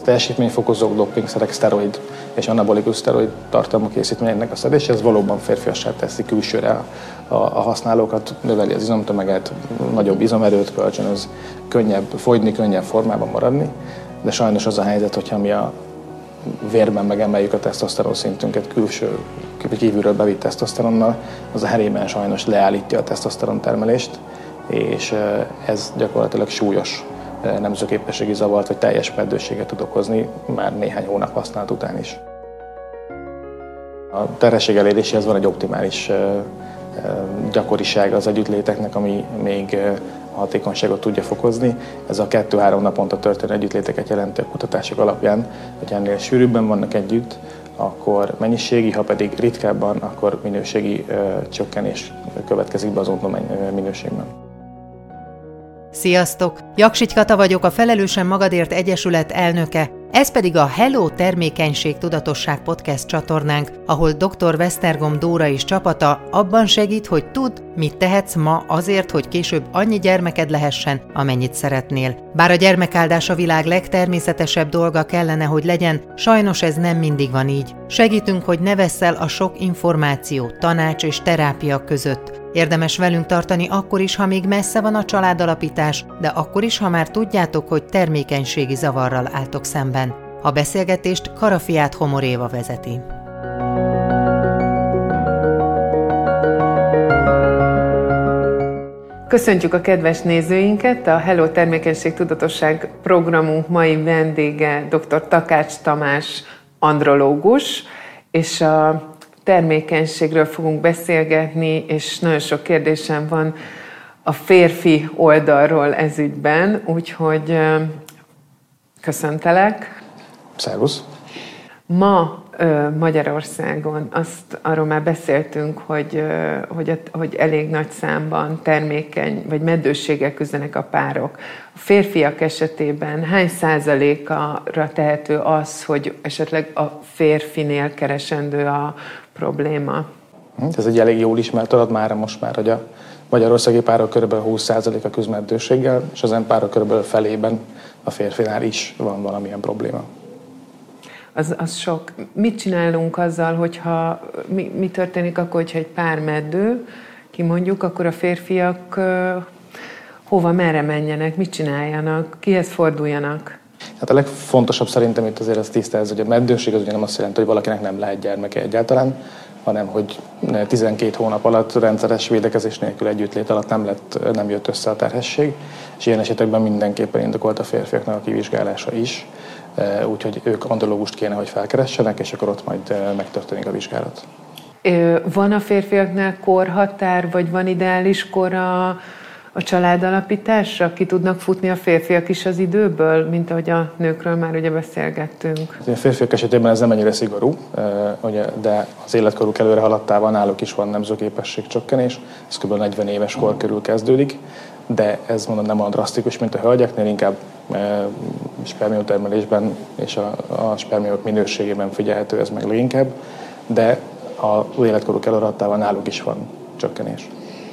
Teljesítményfokozók, dopingszerek, szteroid és anabolikus szteroid tartalmú készítményeknek a szedése, ez valóban férfiassá teszi külsőre a használókat, növeli az izomtömeget, nagyobb izomerőt kölcsönöz, könnyebb fogyni, könnyebb formában maradni, de sajnos az a helyzet, hogyha mi a vérben megemeljük a tesztoszteron szintünket kívülről bevitt tesztoszteronnal, az a herében sajnos leállítja a tesztoszteron termelést, és ez gyakorlatilag súlyos nemzőképességi zavart vagy teljes peddőséget tud okozni már néhány hónap használat után is. A terhesség eléréséhez van egy optimális gyakorisága az együttléteknek, ami még a hatékonyságot tudja fokozni. Ez a 2-3 naponta történő együttléteket jelenti a kutatások alapján, hogy ennél sűrűbben vannak együtt, akkor mennyiségi, ha pedig ritkábban, akkor minőségi csökkenés következik be az ontó minőségben. Sziasztok! Jaksics Kata vagyok, a Felelősen Magadért Egyesület elnöke, ez pedig a Hello Termékenység Tudatosság Podcast csatornánk, ahol dr. Vesztergom Dóra és csapata abban segít, hogy tudd, mit tehetsz ma azért, hogy később annyi gyermeked lehessen, amennyit szeretnél. Bár a gyermekáldás a világ legtermészetesebb dolga kellene, hogy legyen, sajnos ez nem mindig van így. Segítünk, hogy ne vessz el a sok információ, tanács és terápia között. Érdemes velünk tartani akkor is, ha még messze van a családalapítás, de akkor is, ha már tudjátok, hogy termékenységi zavarral álltok szemben. A beszélgetést Karafiát Homor Éva vezeti. Köszöntjük a kedves nézőinket! A Hello Termékenység Tudatosság programunk mai vendége dr. Takács Tamás andrológus, és a termékenységről fogunk beszélgetni, és nagyon sok kérdésem van a férfi oldalról ez ügyben, úgyhogy köszöntelek. Szervusz! Ma Magyarországon arról már beszéltünk, hogy elég nagy számban termékeny vagy meddőséggel küzdenek a párok. A férfiak esetében hány százalékra tehető az, hogy esetleg a férfinél keresendő a probléma? Ez egy elég jól ismert adat most már, hogy a magyarországi párok kb. 20%-a küzd meddőséggel, és az ilyen párok kb. Felében a férfinál is van valamilyen probléma. Az sok. Mit csinálunk azzal, hogyha mi történik akkor, hogyha egy pár meddő, kimondjuk, akkor a férfiak merre menjenek, mit csináljanak, kihez forduljanak? Hát a legfontosabb szerintem itt azért ezt tisztázni, hogy a meddőség az ugye nem azt jelenti, hogy valakinek nem lehet gyermeke egyáltalán, hanem hogy 12 hónap alatt rendszeres védekezés nélkül együttlét alatt nem jött össze a terhesség, és ilyen esetekben mindenképpen indokolt a férfiaknak a kivizsgálása is, úgyhogy ők andrológust kéne, hogy felkeressenek, és akkor ott majd megtörténik a vizsgálat. Van a férfiaknál korhatár, vagy van ideális kor a családalapításra? Ki tudnak futni a férfiak is az időből, mint ahogy a nőkről már ugye beszélgettünk? A férfiak esetében ez nem ennyire szigorú, de az életkoruk előre haladtával náluk is van nemzőképesség csökkenés, ez kb. 40 éves kor körül kezdődik, de ez mondom nem olyan drasztikus, mint a hölgyeknél, inkább spermiumtermelésben és a spermiumok minőségében figyelhető ez meg leginkább, de az életkoruk előre haladtával náluk is van csökkenés.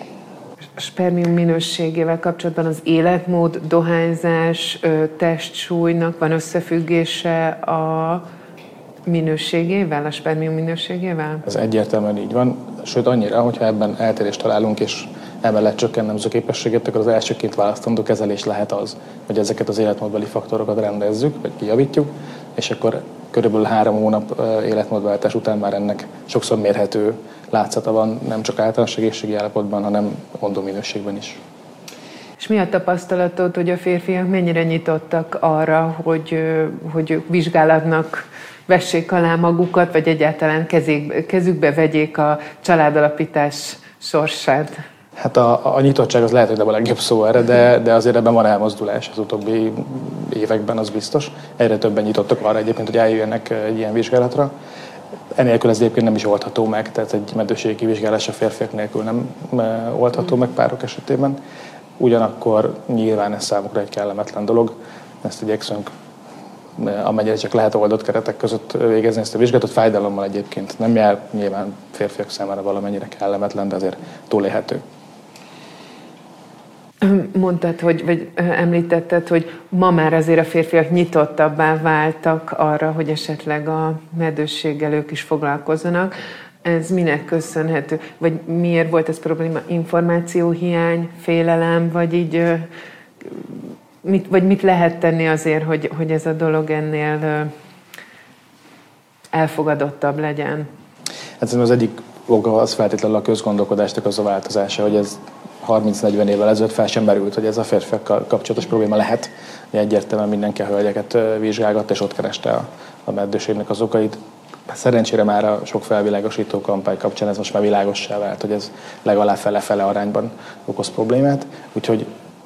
A spermium minőségével kapcsolatban az életmód, dohányzás, testsúlynak van összefüggése a minőségével, a spermium minőségével? Ez egyértelműen így van, sőt annyira, hogyha ebben eltérést találunk és emellett csökken nemzőképességet, akkor az elsőként választandó kezelés lehet az, hogy ezeket az életmódbeli faktorokat rendezzük, vagy kijavítjuk, és akkor körülbelül 3 hónap életmódváltás után már ennek sokszor mérhető látszata van, nem csak általános egészségi állapotban, hanem gondominőségben is. És mi a tapasztalatod, hogy a férfiak mennyire nyitottak arra, hogy vizsgálatnak vessék alá magukat, vagy egyáltalán kezükbe vegyék a családalapítás sorsát? Hát a nyitottság az lehet, hogy nem a legjobb szó erre, de azért ebben van elmozdulás az utóbbi években, az biztos. Egyre többen nyitottak arra egyébként, hogy eljöjjenek egy ilyen vizsgálatra. Enélkül ez egyébként nem is oldható meg, tehát egy meddőségi kivizsgálás a férfiak nélkül nem oldható meg párok esetében. Ugyanakkor nyilván ez számukra egy kellemetlen dolog. Ezt igyekszünk amennyire csak lehet oldott keretek között végezni ezt a vizsgálatot, fájdalommal egyébként nem jár, nyilván férfiak számára valamennyire kellemetlen, de azért túlélhető. Mondtad, vagy említetted, hogy ma már azért a férfiak nyitottabbá váltak arra, hogy esetleg a meddősséggel ők is foglalkozzanak. Ez minek köszönhető? Vagy miért volt ez probléma? Információhiány, félelem, vagy így mit lehet tenni azért, hogy ez a dolog ennél elfogadottabb legyen? Hát az egyik oka az feltétlenül a közgondolkodásnak az a változása, hogy ez 30-40 évvel ezelőtt fel sem merült, hogy ez a férfiakkal kapcsolatos probléma lehet. Egyértelműen mindenki a hölgyeket vizsgálgatta, és ott kereste a meddőségnek az okait. Szerencsére már a sok felvilágosító kampány kapcsán ez most már világossá vált, hogy ez legalább fele-fele arányban okoz problémát. Úgyhogy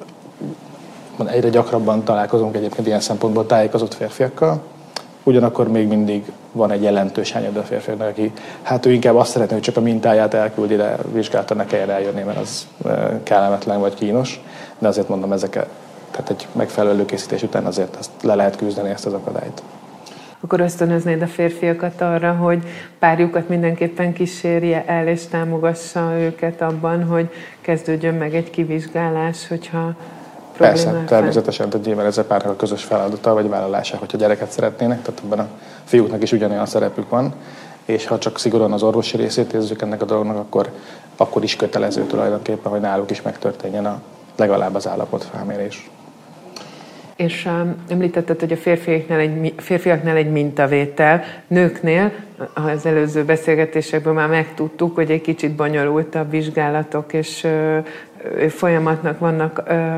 egyre gyakrabban találkozunk egyébként ilyen szempontból tájékozott férfiakkal. Ugyanakkor még mindig van egy jelentős hányad a férfiaknak, aki ő inkább azt szeretné, hogy csak a mintáját elküldi, de vizsgálta ne kelljen eljönni, mert az kellemetlen vagy kínos. De azért mondom, tehát egy megfelelő előkészítés után azért azt le lehet küzdeni, ezt az akadályt. Akkor ösztönöznéd a férfiakat arra, hogy párjukat mindenképpen kísérje el, és támogassa őket abban, hogy kezdődjön meg egy kivizsgálás, hogyha Persze, természetesen, tehát nyilván ez a párnak a közös feladata, vagy vállalása, hogyha gyereket szeretnének, tehát ebben a fiúknak is ugyanolyan szerepük van, és ha csak szigorúan az orvosi részét érzük ennek a dolognak, akkor is kötelező tulajdonképpen, hogy náluk is megtörténjen legalább az állapotfelmérés. És említetted, hogy a férfiaknál egy mintavétel, nőknél, az előző beszélgetésekből már megtudtuk, hogy egy kicsit bonyolultabb vizsgálatok és folyamatnak vannak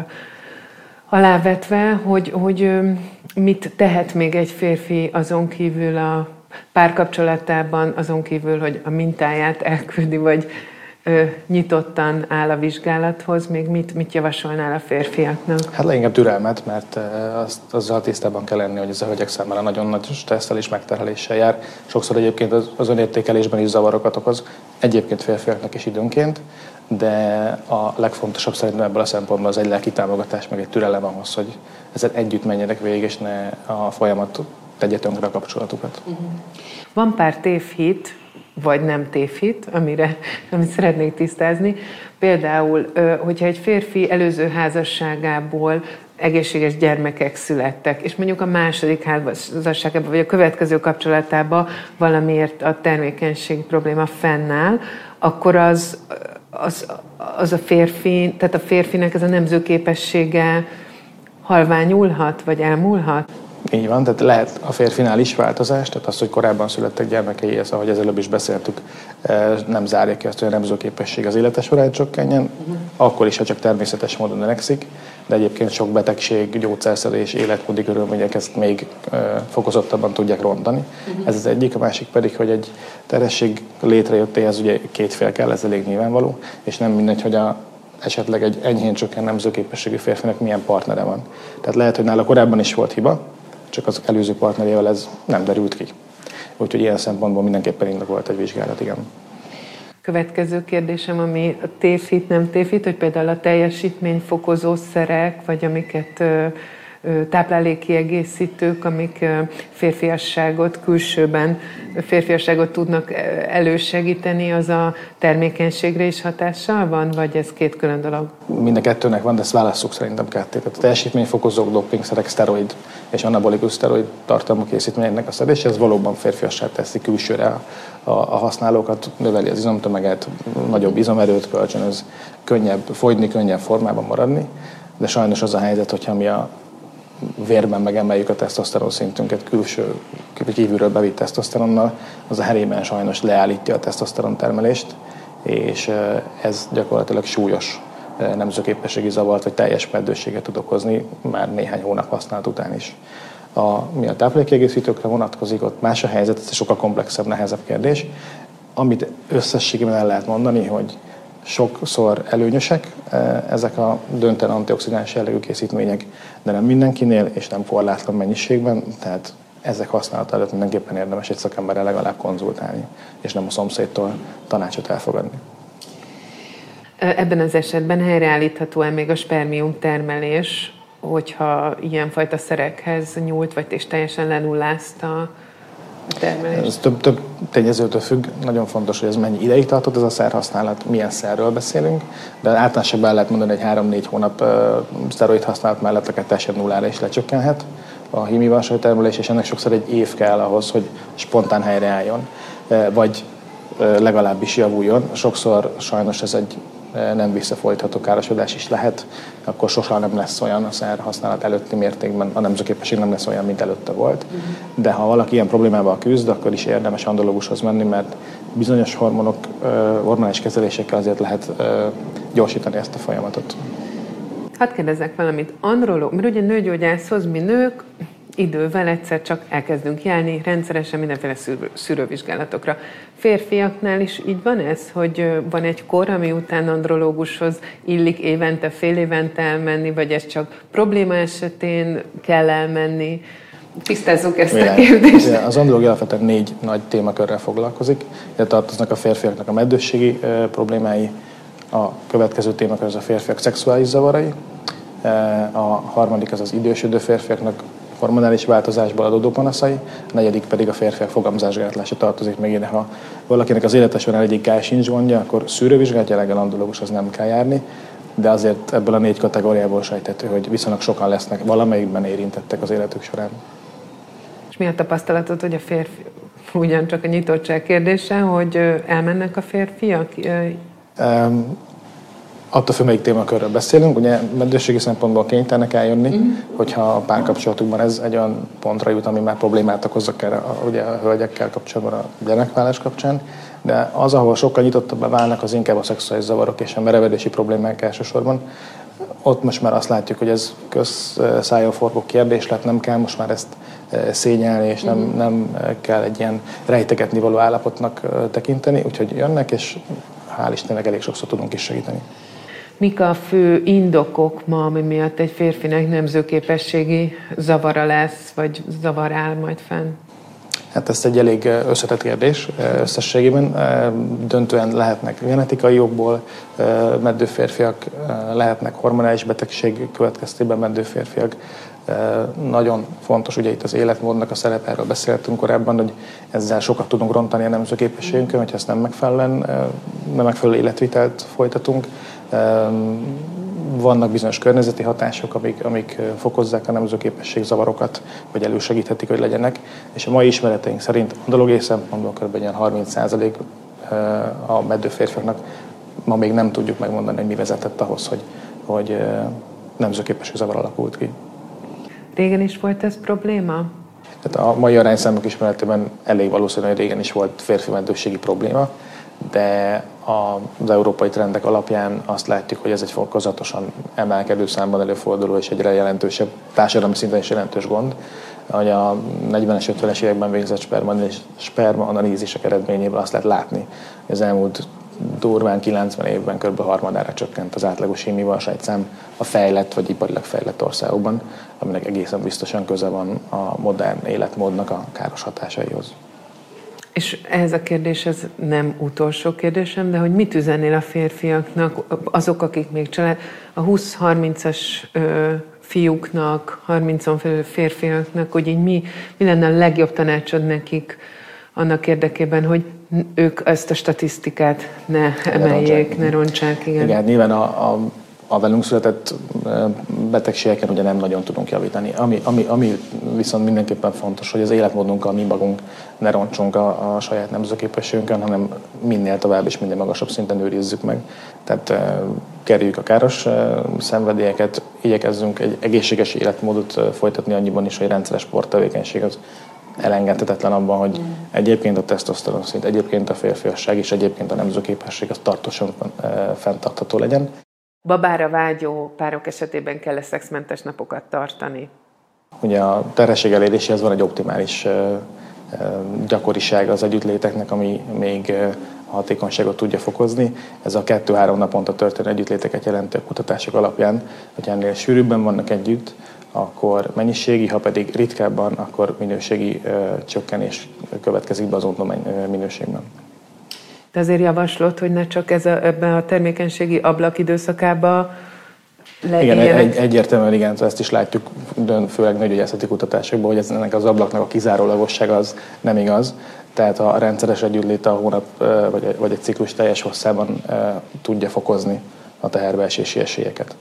alávetve, hogy mit tehet még egy férfi azon kívül a párkapcsolatában, azon kívül, hogy a mintáját elküldi, vagy nyitottan áll a vizsgálathoz, még mit javasolnál a férfiaknak? Hát leginkább türelmet, mert azzal tisztában kell lenni, hogy ez a hölgyek számára nagyon nagy stresszel és megterheléssel jár. Sokszor egyébként az önértékelésben is zavarokat okoz, egyébként férfiaknak is időnként, de a legfontosabb szerintem ebből a szempontból az egy lelki támogatás, meg egy türelem ahhoz, hogy ezzel együtt menjenek végig, és ne a folyamat tegye tönkre a kapcsolatukat. Van pár tévhit, vagy nem tévhit, amit szeretnék tisztázni. Például, hogyha egy férfi előző házasságából egészséges gyermekek születtek, és mondjuk a második házasságában, vagy a következő kapcsolatában valamiért a termékenység probléma fennáll, akkor az a férfi, tehát a férfinek ez a nemzőképessége halványulhat, vagy elmúlhat? Így van, tehát lehet a férfinál is változás, tehát az, hogy korábban születtek gyermekei, ez, ahogy az előbb is beszéltük, nem zárja ki azt, hogy a nemzőképesség az élete során csökkenjen, akkor is, ha csak természetes módon növekszik, de egyébként sok betegség, gyógyszerszedés, életmódi körülmények ezt még fokozottabban tudják rontani. Ez az egyik, a másik pedig, hogy egy terhesség létrejöttéhez ugye két fél kell, ez elég nyilvánvaló, és nem mindegy, hogy esetleg egy enyhén csökken nemzőképességű férfinek milyen partnere van. Tehát lehet, hogy nála korábban is volt hiba, csak az előző partnerével ez nem derült ki. Úgyhogy ilyen szempontból mindenképpen indokolt egy vizsgálat, igen. Következő kérdésem, ami a tévhit, nem tévhit, hogy például a teljesítményfokozó szerek, vagy amiket táplálékkiegészítők, amik férfiasságot, külsőben férfiasságot tudnak elősegíteni, az a termékenységre is hatással van, vagy ez két külön dolog? Mind a kettőnek van, de ezt válasszuk szerintem ketté. Tehát a teljesítményfokozók, dopingszerek, szteroid és anabolikus szteroid tartalmú készítménynek a szedése, ez valóban férfiassá teszi külsőre a használókat, növeli az izomtömeget, nagyobb izomerőt kölcsönöz, könnyebb fogyni, könnyebb formában maradni, de sajnos az a helyzet, hogyha mi a vérben megemeljük a tesztoszteron szintünket külső, kívülről bevitt tesztoszteronnal, az a herében sajnos leállítja a tesztoszteron termelést, és ez gyakorlatilag súlyos nemzőképességi zavart, vagy teljes meddősséget tud okozni már néhány hónap használat után is. Mi a táplálékkiegészítőkre vonatkozik, ott más a helyzet, ez sokkal komplexebb, nehezebb kérdés. Amit összességében el lehet mondani, hogy sokszor előnyösek ezek a döntően antioxidáns jellegű készítmények, de nem mindenkinél, és nem korlátlan mennyiségben, tehát ezek használata előtt mindenképpen érdemes egy szakemberrel legalább konzultálni, és nem a szomszédtól tanácsot elfogadni. Ebben az esetben helyreállítható-e még a spermium termelés, hogyha ilyenfajta szerekhez nyúlt, vagy és teljesen lenullázta a termelés? Ez több tényezőtől függ. Nagyon fontos, hogy ez mennyi ideig tartott ez a szerhasználat, milyen szerről beszélünk, de általánosabban el lehet mondani, hogy 3-4 hónap szteroid használat mellett akár teljesen nullára is lecsökkenhet a hímivarsajtermelés, és ennek sokszor egy év kell ahhoz, hogy spontán helyreálljon, vagy legalábbis javuljon. Sokszor sajnos ez egy nem visszafolytható károsodás is lehet, akkor sosem nem lesz olyan a szerhasználat előtti mértékben, a nemzőképesség nem lesz olyan, mint előtte volt. De ha valaki ilyen problémával küzd, akkor is érdemes andrológushoz menni, mert bizonyos hormonális kezelésekkel azért lehet gyorsítani ezt a folyamatot. Hadd kérdezzek valamit, mert ugye nőgyógyászhoz mi nők idővel egyszer csak elkezdünk járni rendszeresen mindenféle szűrővizsgálatokra. Férfiaknál is így van ez, hogy van egy kor, ami után andrológushoz illik évente, fél évente elmenni, vagy ez csak probléma esetén kell elmenni? Tisztázzuk ezt a kérdést. Az andrológia alapvetően 4 nagy témakörrel foglalkozik. Ide tartoznak a férfiaknak a meddősségi problémái, a következő témakör az a férfiak szexuális zavarai, a harmadik az idősödő férfiaknak hormonális változásból adódó panaszai, a negyedik pedig a férfiak fogamzásgátlása tartozik még ide. Ha valakinek az élete során egyikkel sincs gondja, akkor szűrővizsgálat, jelenleg andrológushoz nem kell járni, de azért ebből a 4 kategóriából sejthető, hogy viszonylag sokan lesznek valamelyikben érintettek az életük során. És mi a tapasztalatod, hogy a férfi, ugyancsak a nyitottság kérdése, hogy elmennek a férfiak? Attól függ, melyik témakörről beszélünk. Ugye meddőségi szempontból kénytelenek eljönni, hogyha a párkapcsolatukban ez egy olyan pontra jut, ami már problémát okoz ugye a hölgyekkel kapcsolatban, a gyermekvállalás kapcsán. De az, ahol sokkal nyitottabbá válnak, az inkább a szexuális zavarok és a merevedési problémák elsősorban. Ott most már azt látjuk, hogy ez közszájon forgó kérdés lett, nem kell most már ezt szégyelni, és nem kell egy ilyen rejtegetni való állapotnak tekinteni, úgyhogy jönnek, és hál' Istennek elég sokszor tudunk is segíteni. Mik a fő indokok ma, ami miatt egy férfinek nemzőképességi zavara lesz, vagy zavar áll majd fenn? Hát ez egy elég összetett kérdés összességében. Döntően lehetnek genetikai okból meddő férfiak, lehetnek hormonális betegség következtében meddő férfiak. Nagyon fontos, ugye itt az életmódnak a szerep, erről beszéltünk korábban, hogy ezzel sokat tudunk rontani a nemzőképességünkön, hogyha ezt nem megfelelő életvitelt folytatunk. Vannak bizonyos környezeti hatások, amik fokozzák a nemzőképesség zavarokat, vagy elősegíthetik, hogy legyenek. És a mai ismereteink szerint andrológiai szempontból kb. 30% a meddő férfiaknak ma még nem tudjuk megmondani, hogy mi vezetett ahhoz, hogy nemzőképesség zavar alakult ki. Régen is volt ez probléma? Tehát a mai arányszámok ismeretében elég valószínű, hogy régen is volt férfi meddőségi probléma, de az európai trendek alapján azt látjuk, hogy ez egy fokozatosan emelkedő számban előforduló és egyre jelentősebb, társadalmi szinten is jelentős gond. Hogy a 40-es, 50-es években végzett sperma-analízisek eredményéből azt lehet látni, hogy az elmúlt durván 90 évben kb. Harmadára csökkent az átlagos hímivarsejtszám a fejlett vagy iparilag fejlett országokban, aminek egészen biztosan köze van a modern életmódnak a káros hatásaihoz. És ehhez a kérdés, ez nem utolsó kérdésem, de hogy mit üzennél a férfiaknak, azok, akik még család, a 20-30-as fiúknak, 30-on felül férfiaknak, hogy így mi lenne a legjobb tanácsod nekik annak érdekében, hogy ők ezt a statisztikát ne emeljék, ne rontsák. Igen, nyilván a velünk született betegségeken ugye nem nagyon tudunk javítani. Ami viszont mindenképpen fontos, hogy az életmódunkkal mi magunk ne rontsunk a saját nemzőképességünkön, hanem minél tovább és minél magasabb szinten őrizzük meg. Tehát kerüljük a káros szenvedélyeket, igyekezzünk egy egészséges életmódot folytatni annyiban is, hogy rendszeres sporttevékenység az elengedhetetlen abban, hogy egyébként a tesztoszteron szint, egyébként a férfiasság és egyébként a nemzőképesség az tartósan fenntartható legyen. Babára vágyó párok esetében kell szexmentes napokat tartani? Ugye a terhesség eléréséhez van egy optimális gyakoriság az együttléteknek, ami még a hatékonyságot tudja fokozni. Ez a 2-3 naponta történő együttléteket jelenti a kutatások alapján, hogy ennél sűrűbben vannak együtt, akkor mennyiségi, ha pedig ritkábban, akkor minőségi csökkenés következik be az ondó minőségben. De azért javaslod, hogy ne csak ebben a termékenységi ablak időszakában Igen, egyértelműen igen, ezt is látjuk, főleg nőgyógyászati kutatásokban, hogy ennek az ablaknak a kizárólagossága az nem igaz. Tehát a rendszeres együttlét a hónap vagy egy ciklus teljes hosszában tudja fokozni a teherbeesési esélyeket.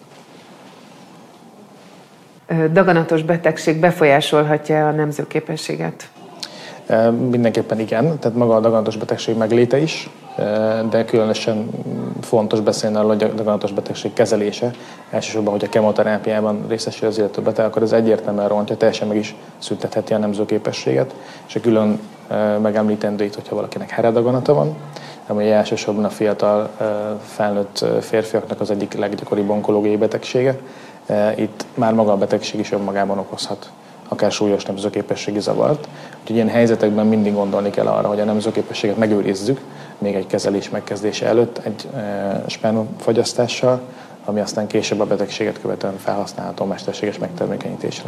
Daganatos betegség befolyásolhatja a nemzőképességet? Mindenképpen igen, tehát maga a daganatos betegség megléte is, de különösen fontos beszélni arról, hogy a daganatos betegség kezelése, elsősorban, hogy a kemoterápiában részesül az illető beteg, akkor ez egyértelműen rontja, teljesen meg is szüntetheti a nemzőképességet, és a külön megemlítendő itt, hogyha valakinek heredaganata van, ami elsősorban a fiatal felnőtt férfiaknak az egyik leggyakoribb onkológiai betegsége. Itt már maga a betegség is önmagában okozhat akár súlyos nemzőképességi zavart. Úgyhogy ilyen helyzetekben mindig gondolni kell arra, hogy a nemzőképességet megőrizzük még egy kezelés megkezdése előtt egy spermafogyasztással, ami aztán később a betegséget követően felhasználható mesterséges megtermékenyítésre.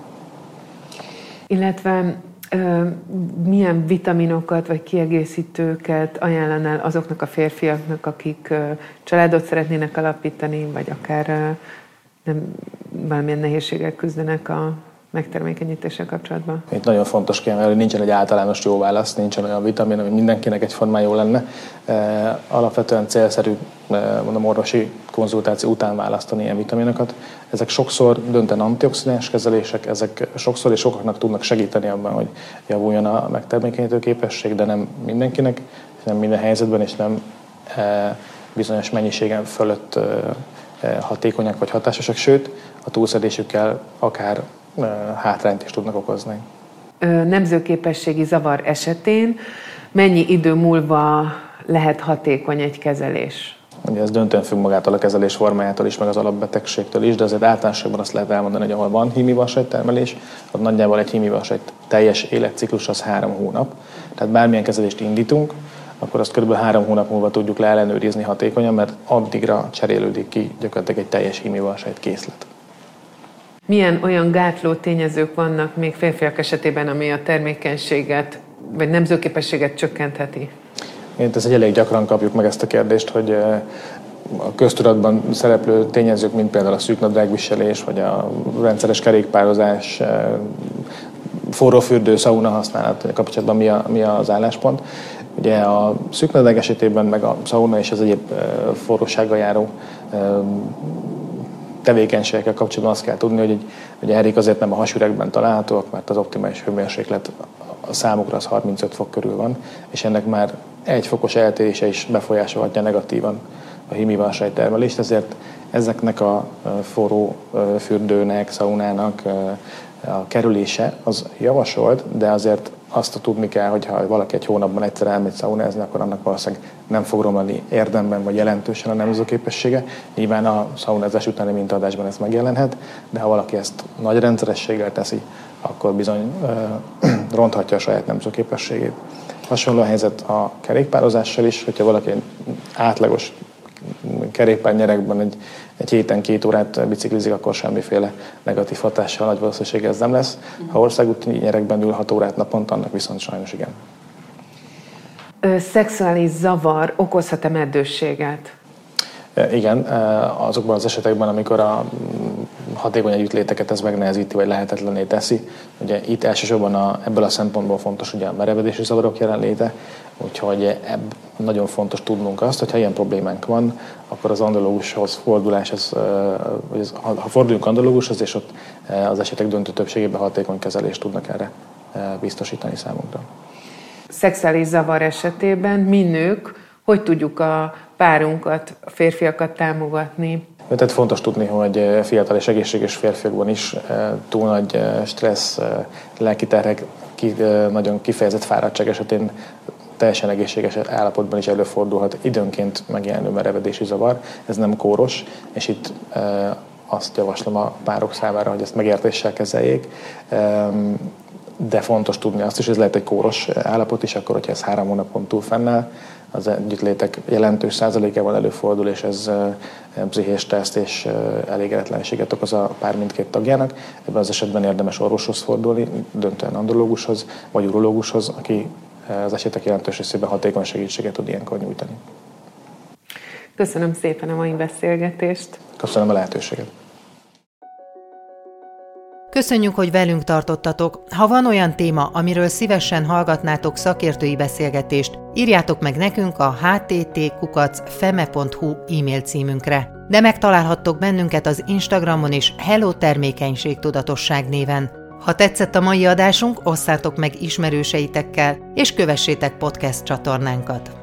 Illetve milyen vitaminokat vagy kiegészítőket ajánlanál azoknak a férfiaknak, akik családot szeretnének alapítani, vagy akár valamilyen nehézséggel küzdenek a megtermékenyítéssel kapcsolatban? Itt nagyon fontos kiemelni, hogy nincsen egy általános jó válasz, nincsen olyan vitamin, ami mindenkinek egyformán jó lenne. Alapvetően célszerű, mondom, orvosi konzultáció után választani ilyen vitaminokat. Ezek sokszor döntően antioxidáns kezelések, ezek sokszor és sokaknak tudnak segíteni abban, hogy javuljon a megtermékenyítő képesség, de nem mindenkinek, nem minden helyzetben, és nem bizonyos mennyiségen fölött hatékonyak vagy hatásosak, sőt, a túlszedésükkel akár hátrányt is tudnak okozni. Nemzőképességi zavar esetén mennyi idő múlva lehet hatékony egy kezelés? Ugye ez döntően függ magától a kezelés formájától is, meg az alapbetegségtől is, de azért általánosságban azt lehet elmondani, hogy ahol van hímivarsejt termelés, ott nagyjából egy hímivarsejt teljes életciklus az 3 hónap. Tehát bármilyen kezelést indítunk, akkor azt kb. 3 hónap múlva tudjuk leellenőrizni hatékonyan, mert addigra cserélődik ki gyakorlatilag egy teljes hímivarsejt készlet. Milyen olyan gátló tényezők vannak még férfiak esetében, ami a termékenységet vagy nemzőképességet csökkentheti? Ez egy elég gyakran kapjuk meg ezt a kérdést, hogy a köztudatban szereplő tényezők, mint például a szűknadrágviselés, vagy a rendszeres kerékpározás, forrófürdő, szauna használat kapcsolatban mi az álláspont. Ugye a szűknadrág esetében meg a szauna és az egyéb forrósággal járó tevékenységekkel kapcsolatban azt kell tudni, hogy ugye errék azért nem a hasüregben találhatóak, mert az optimális hőmérséklet a számukra az 35 fok körül van, és ennek már 1 fokos eltérése is befolyásolhatja negatívan a hímivarsejt termelést, ezért ezeknek a forró fürdőnek, szaunának a kerülése az javasolt, de azért azt tudni kell, hogy ha valaki egy hónapban egyszer elmegy szaunázni, akkor annak valószínűleg nem fog romlani érdemben vagy jelentősen a nemzőképessége. Nyilván a szaunázás utáni mintaadásban ez megjelenhet, de ha valaki ezt nagy rendszerességgel teszi, akkor bizony ronthatja a saját nemzőképességét. Hasonló a helyzet a kerékpározással is, hogyha valaki egy átlagos kerékpárnyerekben egy héten 2 órát biciklizik, akkor semmiféle negatív hatással nagy valószínűséggel ez nem lesz. Ha országúti nyerekben ül 6 órát naponta, annak viszont sajnos igen. Szexuális zavar okozhat-e meddősséget? Igen, azokban az esetekben, amikor a hatékony együttléteket ez megnehezíti, vagy lehetetlenné teszi. Ugye itt elsősorban ebből a szempontból fontos ugye a merevedési zavarok jelenléte, úgyhogy nagyon fontos tudnunk azt, hogy ha ilyen problémánk van, akkor az andrológushoz fordulás, ha forduljunk andrológushoz, és ott az esetek döntő többségében hatékony kezelést tudnak erre biztosítani számunkra. Szexuális zavar esetében mi nők hogy tudjuk a párunkat, a férfiakat támogatni? Tehát fontos tudni, hogy fiatal és egészséges férfiakban is túl nagy stressz, lelki terhek, nagyon kifejezett fáradtság esetén teljesen egészséges állapotban is előfordulhat időnként megjelenő merevedési zavar. Ez nem kóros, és itt azt javaslom a párok számára, hogy ezt megértéssel kezeljék. De fontos tudni azt is, hogy ez lehet egy kóros állapot is, akkor, hogyha ez 3 hónapon túl fennáll, az együttlétek jelentős százalékával előfordul, és ez pszichés stresszt és elégedetlenséget okoz a pár mindkét tagjának. Ebben az esetben érdemes orvoshoz fordulni, döntően andrológushoz vagy urológushoz, aki az esetek jelentős részében hatékony segítséget tud ilyenkor nyújtani. Köszönöm szépen a mai beszélgetést. Köszönöm a lehetőséget. Köszönjük, hogy velünk tartottatok. Ha van olyan téma, amiről szívesen hallgatnátok szakértői beszélgetést, írjátok meg nekünk a htt@feme.hu e-mail címünkre. De megtalálhattok bennünket az Instagramon is Hello Termékenységtudatosság néven. Ha tetszett a mai adásunk, osszátok meg ismerőseitekkel, és kövessétek podcast csatornánkat.